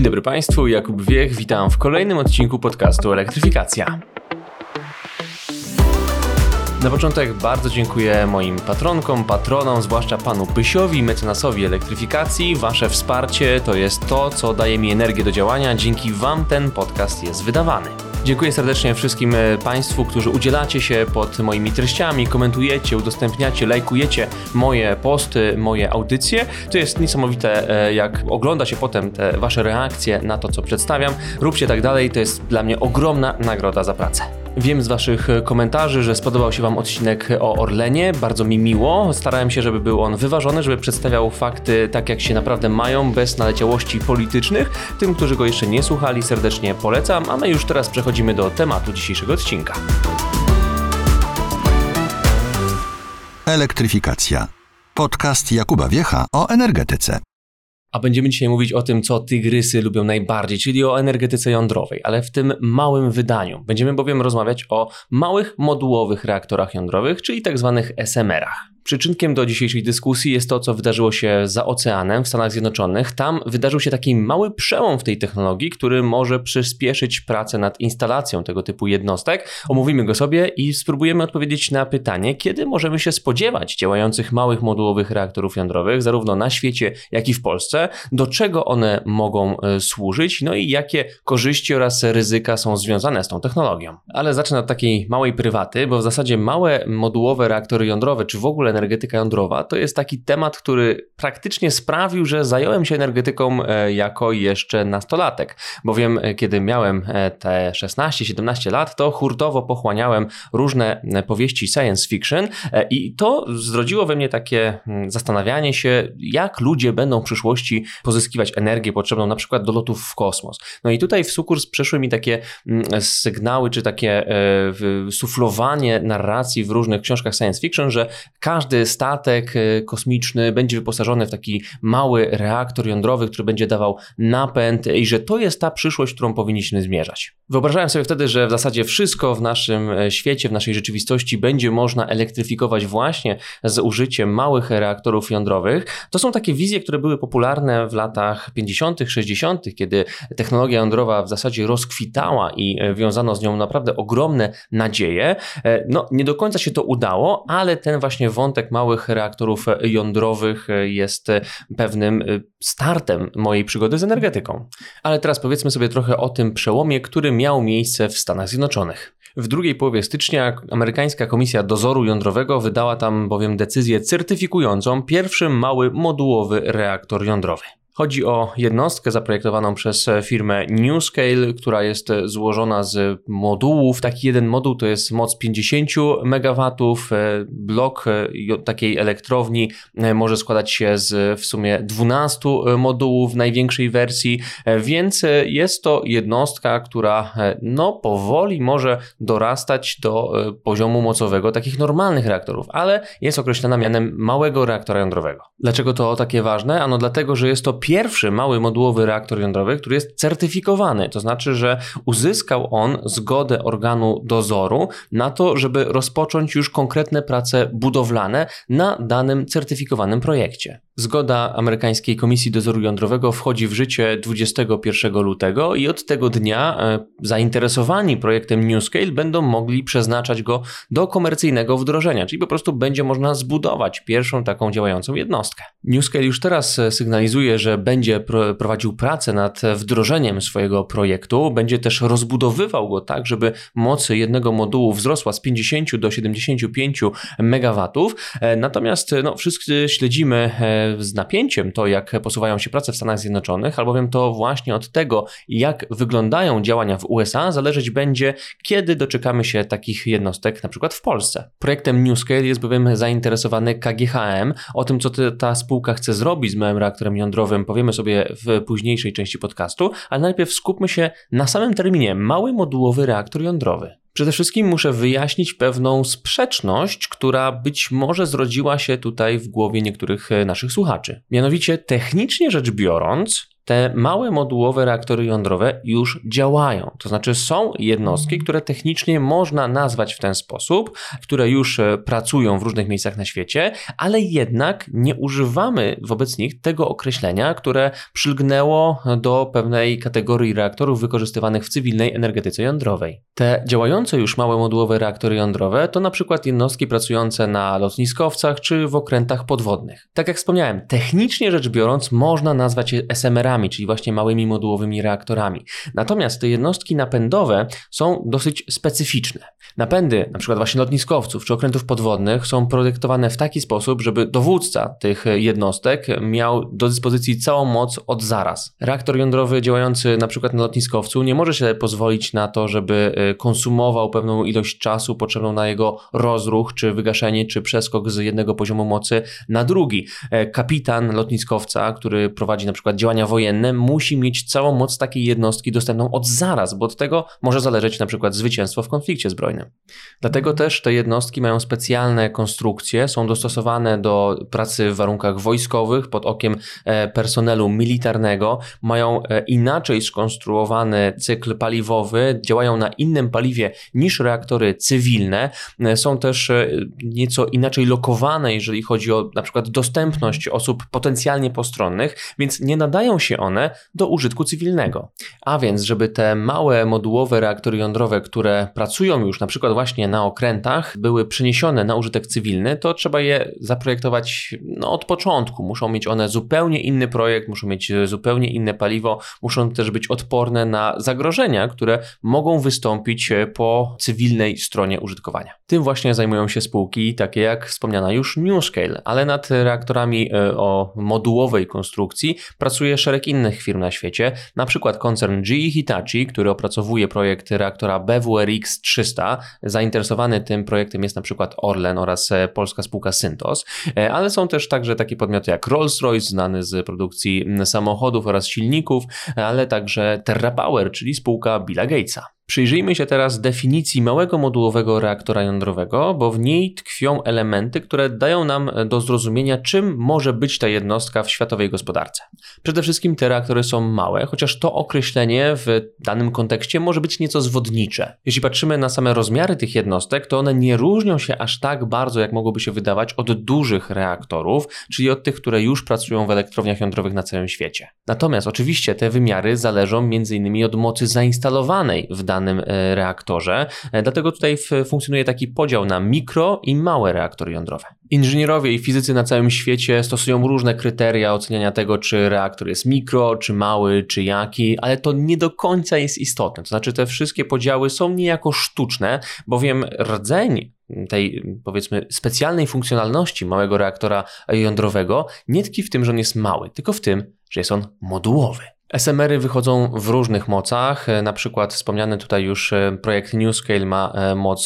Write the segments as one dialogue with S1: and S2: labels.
S1: Dzień dobry Państwu, Jakub Wiech, witam w kolejnym odcinku podcastu Elektryfikacja. Na początek bardzo dziękuję moim patronkom, patronom, zwłaszcza panu Pysiowi, mecenasowi elektryfikacji. Wasze wsparcie to jest to, co daje mi energię do działania. Dzięki wam ten podcast jest wydawany. Dziękuję serdecznie wszystkim Państwu, którzy udzielacie się pod moimi treściami, komentujecie, udostępniacie, lajkujecie moje posty, moje audycje. To jest niesamowite, jak ogląda się potem te Wasze reakcje na to, co przedstawiam. Róbcie tak dalej, to jest dla mnie ogromna nagroda za pracę. Wiem z Waszych komentarzy, że spodobał się Wam odcinek o Orlenie, bardzo mi miło. Starałem się, żeby był on wyważony, żeby przedstawiał fakty tak, jak się naprawdę mają, bez naleciałości politycznych. Tym, którzy go jeszcze nie słuchali, serdecznie polecam, a my już teraz przechodzimy do tematu dzisiejszego odcinka.
S2: Elektryfikacja. Podcast Jakuba Wiecha o energetyce.
S1: A będziemy dzisiaj mówić o tym, co tygrysy lubią najbardziej, czyli o energetyce jądrowej, ale w tym małym wydaniu. Będziemy bowiem rozmawiać o małych modułowych reaktorach jądrowych, czyli tak zwanych SMR-ach. Przyczynkiem do dzisiejszej dyskusji jest to, co wydarzyło się za oceanem w Stanach Zjednoczonych. Tam wydarzył się taki mały przełom w tej technologii, który może przyspieszyć pracę nad instalacją tego typu jednostek. Omówimy go sobie i spróbujemy odpowiedzieć na pytanie, kiedy możemy się spodziewać działających małych modułowych reaktorów jądrowych, zarówno na świecie, jak i w Polsce, do czego one mogą służyć, no i jakie korzyści oraz ryzyka są związane z tą technologią. Ale zacznę od takiej małej prywaty, bo w zasadzie małe modułowe reaktory jądrowe, czy w ogóle energetyka jądrowa, to jest taki temat, który praktycznie sprawił, że zająłem się energetyką jako jeszcze nastolatek. Bowiem kiedy miałem te 16-17 lat, to hurtowo pochłaniałem różne powieści science fiction i to zrodziło we mnie takie zastanawianie się, jak ludzie będą w przyszłości pozyskiwać energię potrzebną na przykład do lotów w kosmos. No i tutaj w sukurs przeszły mi takie sygnały, czy takie suflowanie narracji w różnych książkach science fiction, że każdy statek kosmiczny będzie wyposażony w taki mały reaktor jądrowy, który będzie dawał napęd i że to jest ta przyszłość, którą powinniśmy zmierzać. Wyobrażałem sobie wtedy, że w zasadzie wszystko w naszym świecie, w naszej rzeczywistości będzie można elektryfikować właśnie z użyciem małych reaktorów jądrowych. To są takie wizje, które były popularne w latach 50., 60., kiedy technologia jądrowa w zasadzie rozkwitała i wiązano z nią naprawdę ogromne nadzieje. No, nie do końca się to udało, ale ten właśnie wątek małych reaktorów jądrowych jest pewnym startem mojej przygody z energetyką. Ale teraz powiedzmy sobie trochę o tym przełomie, który miał miejsce w Stanach Zjednoczonych. W drugiej połowie stycznia amerykańska Komisja Dozoru Jądrowego wydała tam bowiem decyzję certyfikującą pierwszy mały modułowy reaktor jądrowy. Chodzi o jednostkę zaprojektowaną przez firmę NuScale, która jest złożona z modułów. Taki jeden moduł to jest moc 50 MW. Blok takiej elektrowni może składać się z w sumie 12 modułów w największej wersji, więc jest to jednostka, która powoli może dorastać do poziomu mocowego takich normalnych reaktorów, ale jest określana mianem małego reaktora jądrowego. Dlaczego to takie ważne? Ano dlatego, że jest to pierwszy mały modułowy reaktor jądrowy, który jest certyfikowany. To znaczy, że uzyskał on zgodę organu dozoru na to, żeby rozpocząć już konkretne prace budowlane na danym certyfikowanym projekcie. Zgoda amerykańskiej Komisji Dozoru Jądrowego wchodzi w życie 21 lutego i od tego dnia zainteresowani projektem NuScale będą mogli przeznaczać go do komercyjnego wdrożenia, czyli po prostu będzie można zbudować pierwszą taką działającą jednostkę. NuScale już teraz sygnalizuje, że będzie prowadził pracę nad wdrożeniem swojego projektu, będzie też rozbudowywał go tak, żeby moc jednego modułu wzrosła z 50 do 75 MW. Natomiast wszyscy śledzimy z napięciem to, jak posuwają się prace w Stanach Zjednoczonych, albowiem to właśnie od tego, jak wyglądają działania w USA, zależeć będzie, kiedy doczekamy się takich jednostek na przykład w Polsce. Projektem NuScale jest bowiem zainteresowany KGHM. O tym, co ta spółka chce zrobić z małym reaktorem jądrowym, powiemy sobie w późniejszej części podcastu, ale najpierw skupmy się na samym terminie mały modułowy reaktor jądrowy. Przede wszystkim muszę wyjaśnić pewną sprzeczność, która być może zrodziła się tutaj w głowie niektórych naszych słuchaczy. Mianowicie, technicznie rzecz biorąc, te małe modułowe reaktory jądrowe już działają. To znaczy są jednostki, które technicznie można nazwać w ten sposób, które już pracują w różnych miejscach na świecie, ale jednak nie używamy wobec nich tego określenia, które przylgnęło do pewnej kategorii reaktorów wykorzystywanych w cywilnej energetyce jądrowej. Te działające już małe modułowe reaktory jądrowe to na przykład jednostki pracujące na lotniskowcach czy w okrętach podwodnych. Tak jak wspomniałem, technicznie rzecz biorąc można nazwać je SMR-ami, czyli właśnie małymi modułowymi reaktorami. Natomiast te jednostki napędowe są dosyć specyficzne. Napędy na przykład właśnie lotniskowców czy okrętów podwodnych są projektowane w taki sposób, żeby dowódca tych jednostek miał do dyspozycji całą moc od zaraz. Reaktor jądrowy działający na przykład na lotniskowcu nie może się pozwolić na to, żeby konsumował pewną ilość czasu potrzebną na jego rozruch, czy wygaszenie, czy przeskok z jednego poziomu mocy na drugi. Kapitan lotniskowca, który prowadzi na przykład działania wojenne, musi mieć całą moc takiej jednostki dostępną od zaraz, bo od tego może zależeć na przykład zwycięstwo w konflikcie zbrojnym. Dlatego też te jednostki mają specjalne konstrukcje, są dostosowane do pracy w warunkach wojskowych pod okiem personelu militarnego, mają inaczej skonstruowany cykl paliwowy, działają na innym paliwie niż reaktory cywilne, są też nieco inaczej lokowane, jeżeli chodzi o na przykład dostępność osób potencjalnie postronnych, więc nie nadają się one do użytku cywilnego. A więc, żeby te małe modułowe reaktory jądrowe, które pracują już na przykład właśnie na okrętach, były przeniesione na użytek cywilny, to trzeba je zaprojektować od początku. Muszą mieć one zupełnie inny projekt, muszą mieć zupełnie inne paliwo, muszą też być odporne na zagrożenia, które mogą wystąpić po cywilnej stronie użytkowania. Tym właśnie zajmują się spółki takie jak wspomniana już NuScale, ale nad reaktorami o modułowej konstrukcji pracuje szereg innych firm na świecie, na przykład koncern GE Hitachi, który opracowuje projekt reaktora BWRX 300. Zainteresowany tym projektem jest na przykład Orlen oraz polska spółka Syntos, ale są też także takie podmioty jak Rolls-Royce, znany z produkcji samochodów oraz silników, ale także TerraPower, czyli spółka Billa Gatesa. Przyjrzyjmy się teraz definicji małego modułowego reaktora jądrowego, bo w niej tkwią elementy, które dają nam do zrozumienia, czym może być ta jednostka w światowej gospodarce. Przede wszystkim te reaktory są małe, chociaż to określenie w danym kontekście może być nieco zwodnicze. Jeśli patrzymy na same rozmiary tych jednostek, to one nie różnią się aż tak bardzo, jak mogłoby się wydawać, od dużych reaktorów, czyli od tych, które już pracują w elektrowniach jądrowych na całym świecie. Natomiast oczywiście te wymiary zależą m.in. od mocy zainstalowanej w danym reaktorze, dlatego tutaj funkcjonuje taki podział na mikro i małe reaktory jądrowe. Inżynierowie i fizycy na całym świecie stosują różne kryteria oceniania tego, czy reaktor jest mikro, czy mały, czy jaki, ale to nie do końca jest istotne. To znaczy te wszystkie podziały są niejako sztuczne, bowiem rdzeń tej, powiedzmy, specjalnej funkcjonalności małego reaktora jądrowego nie tkwi w tym, że on jest mały, tylko w tym, że jest on modułowy. SMR-y wychodzą w różnych mocach, na przykład wspomniany tutaj już projekt NuScale ma moc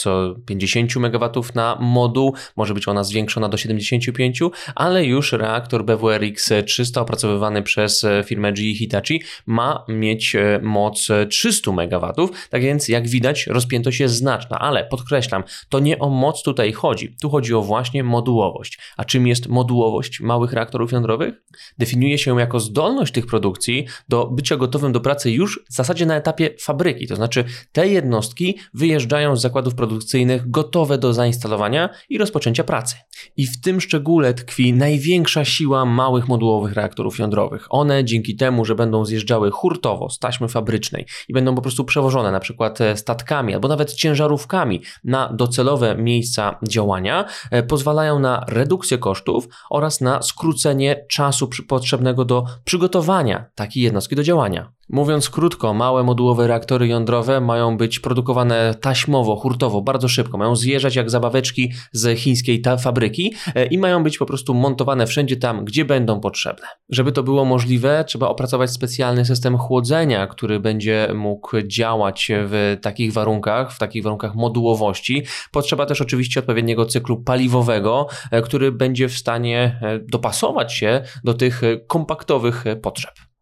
S1: 50 MW na moduł, może być ona zwiększona do 75, ale już reaktor BWRX 300 opracowywany przez firmę GE Hitachi ma mieć moc 300 MW, tak więc jak widać rozpiętość jest znaczna, ale podkreślam, to nie o moc tutaj chodzi, tu chodzi o właśnie modułowość. A czym jest modułowość małych reaktorów jądrowych? Definiuje się jako zdolność tych produkcji do bycia gotowym do pracy już w zasadzie na etapie fabryki, to znaczy te jednostki wyjeżdżają z zakładów produkcyjnych gotowe do zainstalowania i rozpoczęcia pracy. I w tym szczególe tkwi największa siła małych modułowych reaktorów jądrowych. One dzięki temu, że będą zjeżdżały hurtowo z taśmy fabrycznej i będą po prostu przewożone na przykład statkami albo nawet ciężarówkami na docelowe miejsca działania, pozwalają na redukcję kosztów oraz na skrócenie czasu potrzebnego do przygotowania takiej jednostki do działania. Mówiąc krótko, małe modułowe reaktory jądrowe mają być produkowane taśmowo, hurtowo, bardzo szybko. Mają zjeżdżać jak zabaweczki z chińskiej fabryki i mają być po prostu montowane wszędzie tam, gdzie będą potrzebne. Żeby to było możliwe, trzeba opracować specjalny system chłodzenia, który będzie mógł działać w takich warunkach modułowości. Potrzeba też oczywiście odpowiedniego cyklu paliwowego, który będzie w stanie dopasować się do tych kompaktowych potrzeb.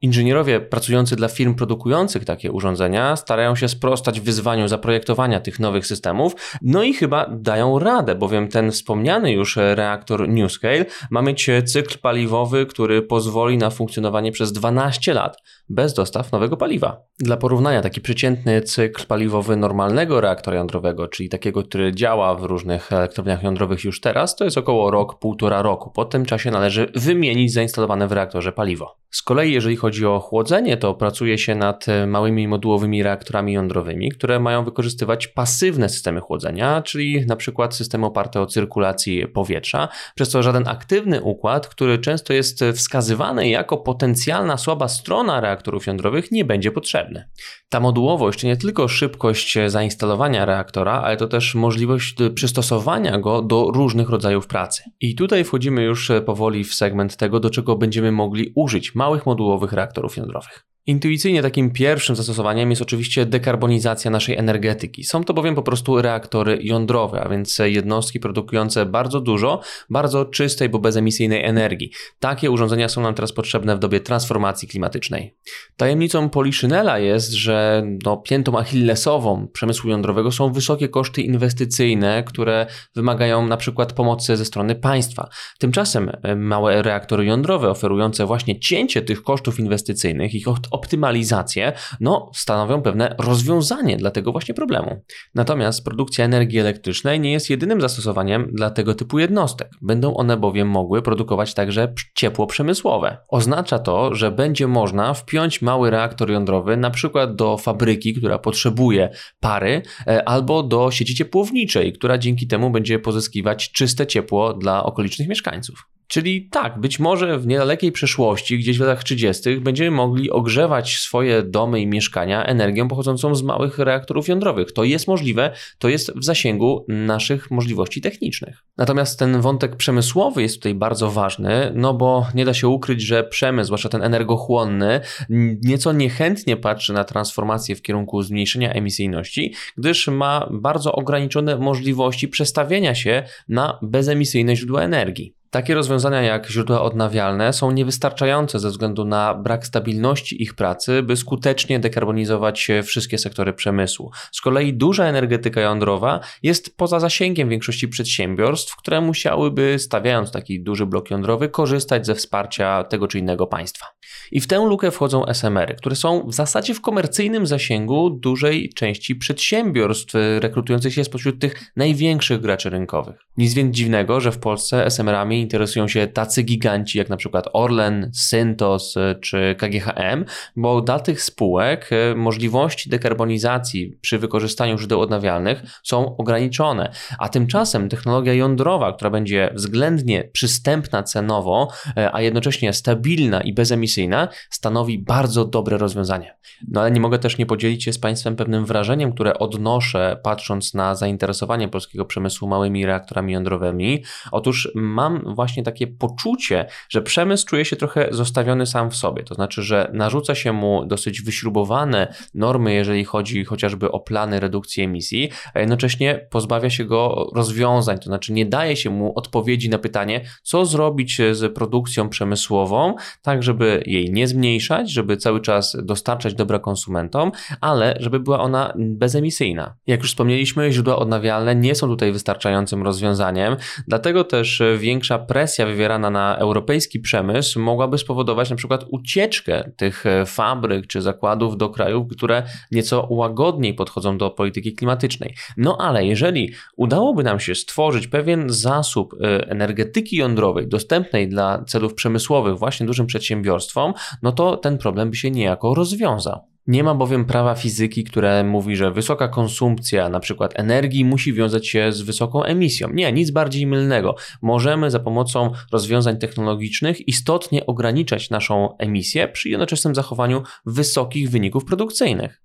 S1: Inżynierowie pracujący dla firm produkujących takie urządzenia starają się sprostać wyzwaniu zaprojektowania tych nowych systemów, no i chyba dają radę, bowiem ten wspomniany już reaktor NuScale ma mieć cykl paliwowy, który pozwoli na funkcjonowanie przez 12 lat bez dostaw nowego paliwa. Dla porównania taki przeciętny cykl paliwowy normalnego reaktora jądrowego, czyli takiego, który działa w różnych elektrowniach jądrowych już teraz, to jest około rok, 1,5 roku. Po tym czasie należy wymienić zainstalowane w reaktorze paliwo. Z kolei jeżeli chodzi o chłodzenie, to pracuje się nad małymi modułowymi reaktorami jądrowymi, które mają wykorzystywać pasywne systemy chłodzenia, czyli na przykład systemy oparte o cyrkulacji powietrza, przez co żaden aktywny układ, który często jest wskazywany jako potencjalna słaba strona reaktorów jądrowych, nie będzie potrzebny. Ta modułowość to nie tylko szybkość zainstalowania reaktora, ale to też możliwość przystosowania go do różnych rodzajów pracy. I tutaj wchodzimy już powoli w segment tego, do czego będziemy mogli użyć małych modułowych reaktorów jądrowych. Intuicyjnie takim pierwszym zastosowaniem jest oczywiście dekarbonizacja naszej energetyki. Są to bowiem po prostu reaktory jądrowe, a więc jednostki produkujące bardzo dużo, bardzo czystej, bo bezemisyjnej energii. Takie urządzenia są nam teraz potrzebne w dobie transformacji klimatycznej. Tajemnicą Poliszynela jest, że piętą achillesową przemysłu jądrowego są wysokie koszty inwestycyjne, które wymagają na przykład pomocy ze strony państwa. Tymczasem małe reaktory jądrowe oferujące właśnie cięcie tych kosztów inwestycyjnych, ich optymalizację, stanowią pewne rozwiązanie dla tego właśnie problemu. Natomiast produkcja energii elektrycznej nie jest jedynym zastosowaniem dla tego typu jednostek. Będą one bowiem mogły produkować także ciepło przemysłowe. Oznacza to, że będzie można wpiąć mały reaktor jądrowy na przykład do fabryki, która potrzebuje pary, albo do sieci ciepłowniczej, która dzięki temu będzie pozyskiwać czyste ciepło dla okolicznych mieszkańców. Czyli tak, być może w niedalekiej przyszłości, gdzieś w latach 30. będziemy mogli ogrzewać swoje domy i mieszkania energią pochodzącą z małych reaktorów jądrowych. To jest możliwe, to jest w zasięgu naszych możliwości technicznych. Natomiast ten wątek przemysłowy jest tutaj bardzo ważny, bo nie da się ukryć, że przemysł, zwłaszcza ten energochłonny, nieco niechętnie patrzy na transformację w kierunku zmniejszenia emisyjności, gdyż ma bardzo ograniczone możliwości przestawienia się na bezemisyjne źródła energii. Takie rozwiązania jak źródła odnawialne są niewystarczające ze względu na brak stabilności ich pracy, by skutecznie dekarbonizować wszystkie sektory przemysłu. Z kolei duża energetyka jądrowa jest poza zasięgiem większości przedsiębiorstw, które musiałyby, stawiając taki duży blok jądrowy, korzystać ze wsparcia tego czy innego państwa. I w tę lukę wchodzą SMR-y, które są w zasadzie w komercyjnym zasięgu dużej części przedsiębiorstw rekrutujących się spośród tych największych graczy rynkowych. Nic więc dziwnego, że w Polsce SMR-ami interesują się tacy giganci jak na przykład Orlen, Synthos czy KGHM, bo dla tych spółek możliwości dekarbonizacji przy wykorzystaniu źródeł odnawialnych są ograniczone, a tymczasem technologia jądrowa, która będzie względnie przystępna cenowo, a jednocześnie stabilna i bezemisyjna, stanowi bardzo dobre rozwiązanie. Ale nie mogę też nie podzielić się z Państwem pewnym wrażeniem, które odnoszę patrząc na zainteresowanie polskiego przemysłu małymi reaktorami jądrowymi. Otóż mam właśnie takie poczucie, że przemysł czuje się trochę zostawiony sam w sobie. To znaczy, że narzuca się mu dosyć wyśrubowane normy, jeżeli chodzi chociażby o plany redukcji emisji, a jednocześnie pozbawia się go rozwiązań. To znaczy nie daje się mu odpowiedzi na pytanie, co zrobić z produkcją przemysłową, tak żeby jej nie zmniejszać, żeby cały czas dostarczać dobra konsumentom, ale żeby była ona bezemisyjna. Jak już wspomnieliśmy, źródła odnawialne nie są tutaj wystarczającym rozwiązaniem, dlatego też większa presja wywierana na europejski przemysł mogłaby spowodować na przykład ucieczkę tych fabryk czy zakładów do krajów, które nieco łagodniej podchodzą do polityki klimatycznej. Ale jeżeli udałoby nam się stworzyć pewien zasób energetyki jądrowej dostępnej dla celów przemysłowych właśnie dużym przedsiębiorstwom, to ten problem by się niejako rozwiązał. Nie ma bowiem prawa fizyki, które mówi, że wysoka konsumpcja na przykład energii musi wiązać się z wysoką emisją. Nie, nic bardziej mylnego. Możemy za pomocą rozwiązań technologicznych istotnie ograniczać naszą emisję przy jednoczesnym zachowaniu wysokich wyników produkcyjnych.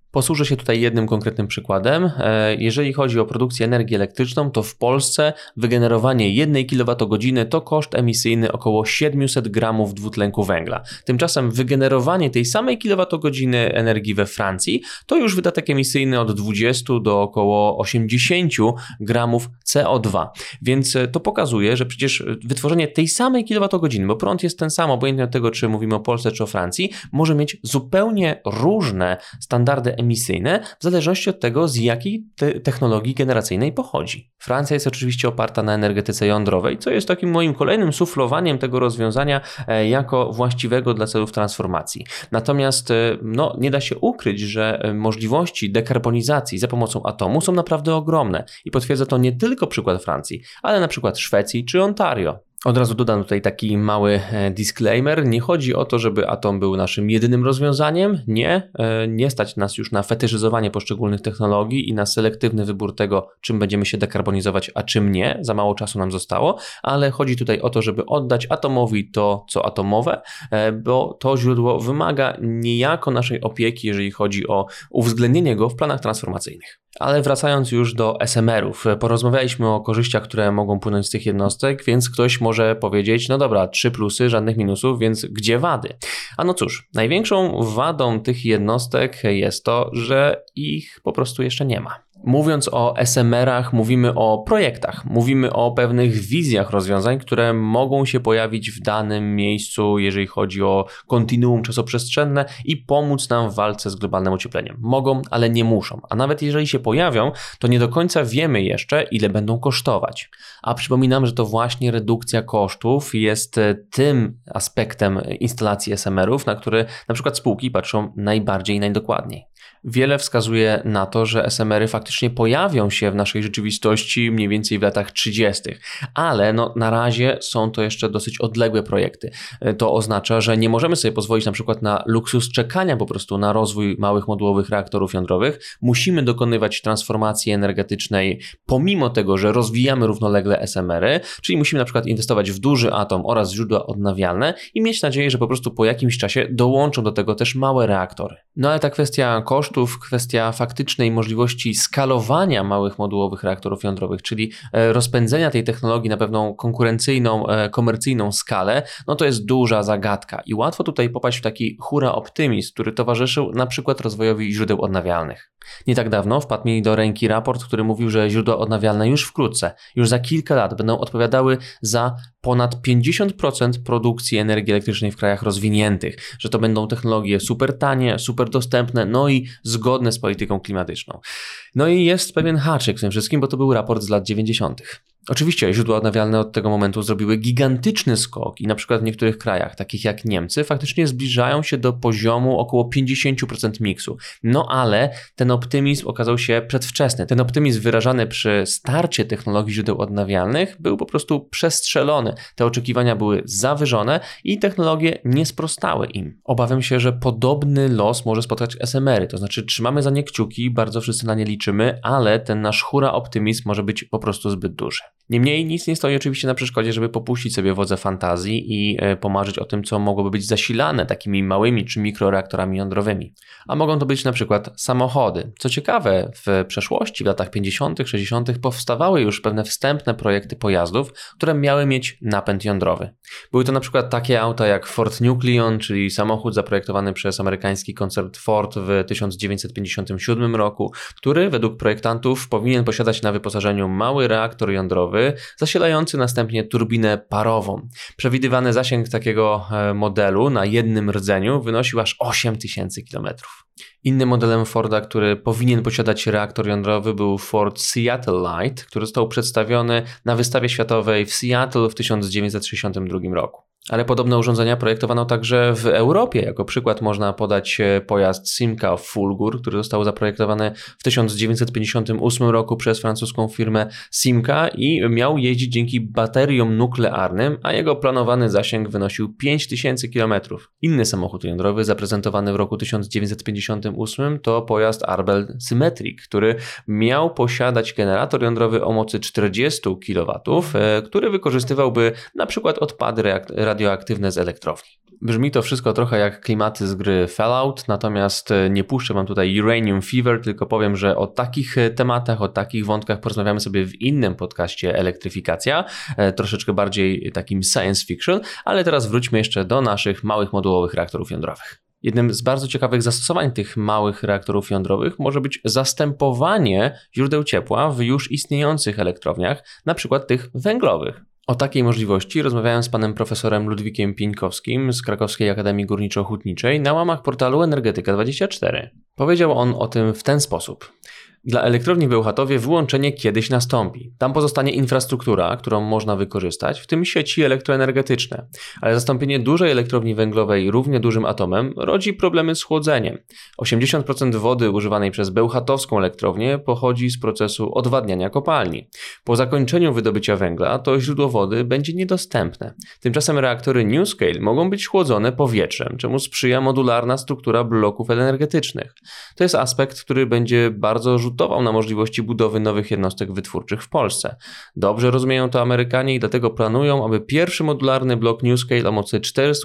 S1: Posłużę się tutaj jednym konkretnym przykładem. Jeżeli chodzi o produkcję energii elektryczną, to w Polsce wygenerowanie 1 kWh to koszt emisyjny około 700 gramów dwutlenku węgla. Tymczasem wygenerowanie tej samej kilowatogodziny energii we Francji to już wydatek emisyjny od 20 do około 80 gramów CO2. Więc to pokazuje, że przecież wytworzenie tej samej kilowatogodziny, bo prąd jest ten sam, obojętnie od tego, czy mówimy o Polsce, czy o Francji, może mieć zupełnie różne standardy emisyjne w zależności od tego, z jakiej technologii generacyjnej pochodzi. Francja jest oczywiście oparta na energetyce jądrowej, co jest takim moim kolejnym suflowaniem tego rozwiązania jako właściwego dla celów transformacji. Natomiast nie da się ukryć, że możliwości dekarbonizacji za pomocą atomu są naprawdę ogromne i potwierdza to nie tylko przykład Francji, ale na przykład Szwecji czy Ontario. Od razu dodam tutaj taki mały disclaimer. Nie chodzi o to, żeby atom był naszym jedynym rozwiązaniem. Nie stać nas już na fetyszyzowanie poszczególnych technologii i na selektywny wybór tego, czym będziemy się dekarbonizować, a czym nie. Za mało czasu nam zostało, ale chodzi tutaj o to, żeby oddać atomowi to, co atomowe, bo to źródło wymaga niejako naszej opieki, jeżeli chodzi o uwzględnienie go w planach transformacyjnych. Ale wracając już do SMR-ów, porozmawialiśmy o korzyściach, które mogą płynąć z tych jednostek, więc ktoś może powiedzieć, no dobra, 3 plusy, żadnych minusów, więc gdzie wady? A no cóż, największą wadą tych jednostek jest to, że ich po prostu jeszcze nie ma. Mówiąc o SMR-ach, mówimy o projektach, mówimy o pewnych wizjach rozwiązań, które mogą się pojawić w danym miejscu, jeżeli chodzi o kontinuum czasoprzestrzenne i pomóc nam w walce z globalnym ociepleniem. Mogą, ale nie muszą. A nawet jeżeli się pojawią, to nie do końca wiemy jeszcze, ile będą kosztować. A przypominam, że to właśnie redukcja kosztów jest tym aspektem instalacji SMR-ów, na który na przykład spółki patrzą najbardziej i najdokładniej. Wiele wskazuje na to, że SMR-y faktycznie pojawią się w naszej rzeczywistości mniej więcej w latach 30., ale na razie są to jeszcze dosyć odległe projekty. To oznacza, że nie możemy sobie pozwolić na przykład na luksus czekania po prostu na rozwój małych modułowych reaktorów jądrowych. Musimy dokonywać transformacji energetycznej pomimo tego, że rozwijamy równolegle SMR-y, czyli musimy na przykład inwestować w duży atom oraz źródła odnawialne i mieć nadzieję, że po prostu po jakimś czasie dołączą do tego też małe reaktory. No ale ta kwestia kosztów, kwestia faktycznej możliwości skalowania małych modułowych reaktorów jądrowych, czyli rozpędzenia tej technologii na pewną konkurencyjną, komercyjną skalę, to jest duża zagadka i łatwo tutaj popaść w taki hura optymizm, który towarzyszył na przykład rozwojowi źródeł odnawialnych. Nie tak dawno wpadł mi do ręki raport, który mówił, że źródła odnawialne już wkrótce, już za kilka lat będą odpowiadały za ponad 50% produkcji energii elektrycznej w krajach rozwiniętych, że to będą technologie super tanie, super dostępne, i zgodne z polityką klimatyczną. I jest pewien haczyk w tym wszystkim, bo to był raport z lat 90. Oczywiście źródła odnawialne od tego momentu zrobiły gigantyczny skok i na przykład w niektórych krajach, takich jak Niemcy, faktycznie zbliżają się do poziomu około 50% miksu. Ale ten optymizm okazał się przedwczesny. Ten optymizm wyrażany przy starcie technologii źródeł odnawialnych był po prostu przestrzelony. Te oczekiwania były zawyżone i technologie nie sprostały im. Obawiam się, że podobny los może spotkać SMR-y, to znaczy trzymamy za nie kciuki, bardzo wszyscy na nie liczymy, ale ten nasz hura optymizm może być po prostu zbyt duży. Niemniej nic nie stoi oczywiście na przeszkodzie, żeby popuścić sobie wodze fantazji i pomarzyć o tym, co mogłoby być zasilane takimi małymi czy mikroreaktorami jądrowymi. A mogą to być na przykład samochody. Co ciekawe, w przeszłości, w latach 50., 60. powstawały już pewne wstępne projekty pojazdów, które miały mieć napęd jądrowy. Były to na przykład takie auta jak Ford Nucleon, czyli samochód zaprojektowany przez amerykański koncern Ford w 1957 roku, który według projektantów powinien posiadać na wyposażeniu mały reaktor jądrowy, zasilający następnie turbinę parową. Przewidywany zasięg takiego modelu na jednym rdzeniu wynosił aż 8000 km. Innym modelem Forda, który powinien posiadać reaktor jądrowy, był Ford Seattle Light, który został przedstawiony na wystawie światowej w Seattle w 1962 roku. Ale podobne urządzenia projektowano także w Europie. Jako przykład można podać pojazd Simca Fulgur, który został zaprojektowany w 1958 roku przez francuską firmę Simca i miał jeździć dzięki bateriom nuklearnym, a jego planowany zasięg wynosił 5000 km. Inny samochód jądrowy zaprezentowany w roku 1958 to pojazd Arbel Symmetric, który miał posiadać generator jądrowy o mocy 40 kW, który wykorzystywałby na przykład odpady radioaktywne radioaktywne z elektrowni. Brzmi to wszystko trochę jak klimaty z gry Fallout, natomiast nie puszczę wam tutaj Uranium Fever, tylko powiem, że o takich tematach, o takich wątkach porozmawiamy sobie w innym podcaście Elektryfikacja, troszeczkę bardziej takim science fiction, ale teraz wróćmy jeszcze do naszych małych modułowych reaktorów jądrowych. Jednym z bardzo ciekawych zastosowań tych małych reaktorów jądrowych może być zastępowanie źródeł ciepła w już istniejących elektrowniach, na przykład tych węglowych. O takiej możliwości rozmawiałem z panem profesorem Ludwikiem Pieńkowskim z Krakowskiej Akademii Górniczo-Hutniczej na łamach portalu Energetyka24. Powiedział on o tym w ten sposób. Dla elektrowni w Bełchatowie wyłączenie kiedyś nastąpi. Tam pozostanie infrastruktura, którą można wykorzystać, w tym sieci elektroenergetyczne. Ale zastąpienie dużej elektrowni węglowej równie dużym atomem rodzi problemy z chłodzeniem. 80% wody używanej przez bełchatowską elektrownię pochodzi z procesu odwadniania kopalni. Po zakończeniu wydobycia węgla to źródło wody będzie niedostępne. Tymczasem reaktory NuScale mogą być chłodzone powietrzem, czemu sprzyja modularna struktura bloków energetycznych. To jest aspekt, który będzie bardzo rzutował na możliwości budowy nowych jednostek wytwórczych w Polsce. Dobrze rozumieją to Amerykanie i dlatego planują, aby pierwszy modularny blok NuScale o mocy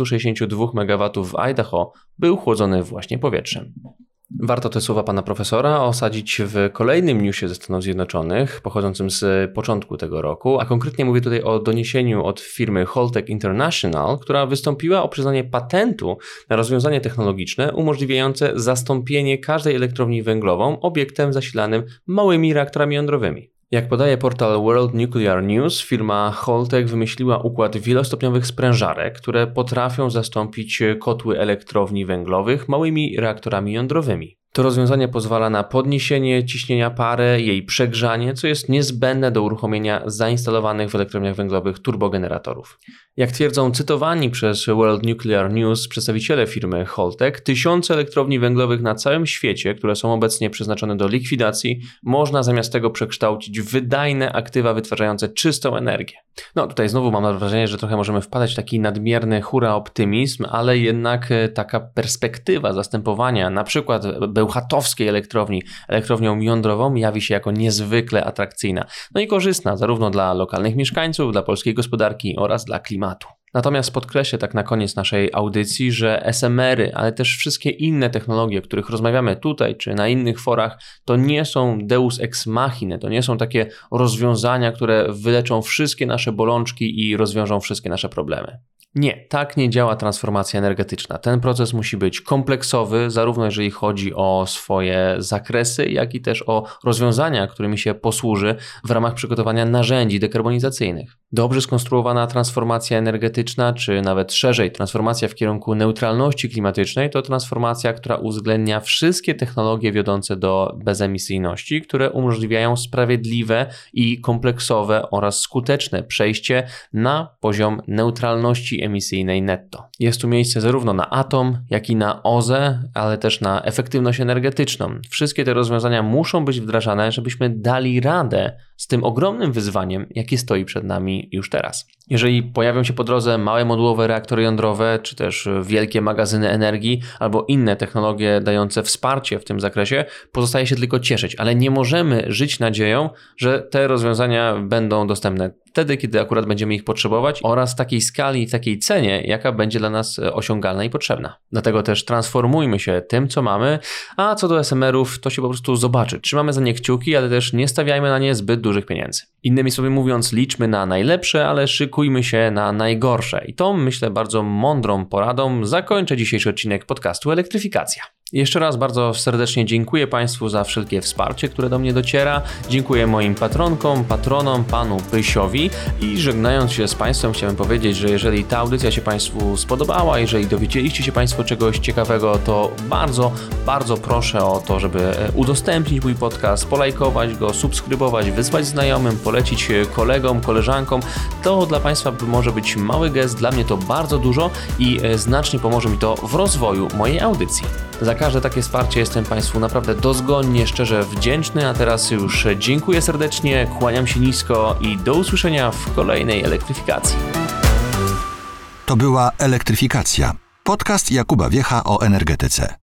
S1: 462 MW w Idaho był chłodzony właśnie powietrzem. Warto te słowa pana profesora osadzić w kolejnym newsie ze Stanów Zjednoczonych, pochodzącym z początku tego roku, a konkretnie mówię tutaj o doniesieniu od firmy Holtec International, która wystąpiła o przyznanie patentu na rozwiązanie technologiczne umożliwiające zastąpienie każdej elektrowni węglową obiektem zasilanym małymi reaktorami jądrowymi. Jak podaje portal World Nuclear News, firma Holtec wymyśliła układ wielostopniowych sprężarek, które potrafią zastąpić kotły elektrowni węglowych małymi reaktorami jądrowymi. To rozwiązanie pozwala na podniesienie ciśnienia pary, jej przegrzanie, co jest niezbędne do uruchomienia zainstalowanych w elektrowniach węglowych turbogeneratorów. Jak twierdzą cytowani przez World Nuclear News przedstawiciele firmy Holtec, tysiące elektrowni węglowych na całym świecie, które są obecnie przeznaczone do likwidacji, można zamiast tego przekształcić w wydajne aktywa wytwarzające czystą energię. No tutaj znowu mam wrażenie, że trochę możemy wpadać w taki nadmierny hura optymizm, ale jednak taka perspektywa zastępowania na przykład bełchatowskiej elektrownią jądrową jawi się jako niezwykle atrakcyjna, no i korzystna zarówno dla lokalnych mieszkańców, dla polskiej gospodarki oraz dla klimatu. Natomiast podkreślę tak na koniec naszej audycji, że SMR-y, ale też wszystkie inne technologie, o których rozmawiamy tutaj czy na innych forach, to nie są deus ex machina, to nie są takie rozwiązania, które wyleczą wszystkie nasze bolączki i rozwiążą wszystkie nasze problemy. Nie, tak nie działa transformacja energetyczna. Ten proces musi być kompleksowy, zarówno jeżeli chodzi o swoje zakresy, jak i też o rozwiązania, którymi się posłuży w ramach przygotowania narzędzi dekarbonizacyjnych. Dobrze skonstruowana transformacja energetyczna, czy nawet szerzej transformacja w kierunku neutralności klimatycznej, to transformacja, która uwzględnia wszystkie technologie wiodące do bezemisyjności, które umożliwiają sprawiedliwe i kompleksowe oraz skuteczne przejście na poziom neutralności emisyjnej netto. Jest tu miejsce zarówno na atom, jak i na OZE, ale też na efektywność energetyczną. Wszystkie te rozwiązania muszą być wdrażane, żebyśmy dali radę z tym ogromnym wyzwaniem, jakie stoi przed nami już teraz. Jeżeli pojawią się po drodze małe modułowe reaktory jądrowe, czy też wielkie magazyny energii, albo inne technologie dające wsparcie w tym zakresie, pozostaje się tylko cieszyć, ale nie możemy żyć nadzieją, że te rozwiązania będą dostępne wtedy, kiedy akurat będziemy ich potrzebować oraz w takiej skali i w takiej cenie, jaka będzie dla nas osiągalna i potrzebna. Dlatego też transformujmy się tym, co mamy, a co do SMR-ów, to się po prostu zobaczy. Trzymamy za nie kciuki, ale też nie stawiajmy na nie zbyt dużych pieniędzy. Innymi słowy mówiąc, liczmy na najlepsze, ale szykujmy się na najgorsze. I tą, myślę, bardzo mądrą poradą zakończę dzisiejszy odcinek podcastu Elektryfikacja. Jeszcze raz bardzo serdecznie dziękuję Państwu za wszelkie wsparcie, które do mnie dociera. Dziękuję moim patronkom, patronom, panu Pysiowi i żegnając się z Państwem chciałem powiedzieć, że jeżeli ta audycja się Państwu spodobała, jeżeli dowiedzieliście się Państwo czegoś ciekawego, to bardzo, bardzo proszę o to, żeby udostępnić mój podcast, polajkować go, subskrybować, wysłać znajomym, polecić kolegom, koleżankom. To dla Państwa może być mały gest, dla mnie to bardzo dużo i znacznie pomoże mi to w rozwoju mojej audycji. Za każde takie wsparcie jestem Państwu naprawdę dozgonnie, szczerze wdzięczny, a teraz już dziękuję serdecznie, kłaniam się nisko i do usłyszenia w kolejnej elektryfikacji.
S2: To była Elektryfikacja, podcast Jakuba Wiecha o energetyce.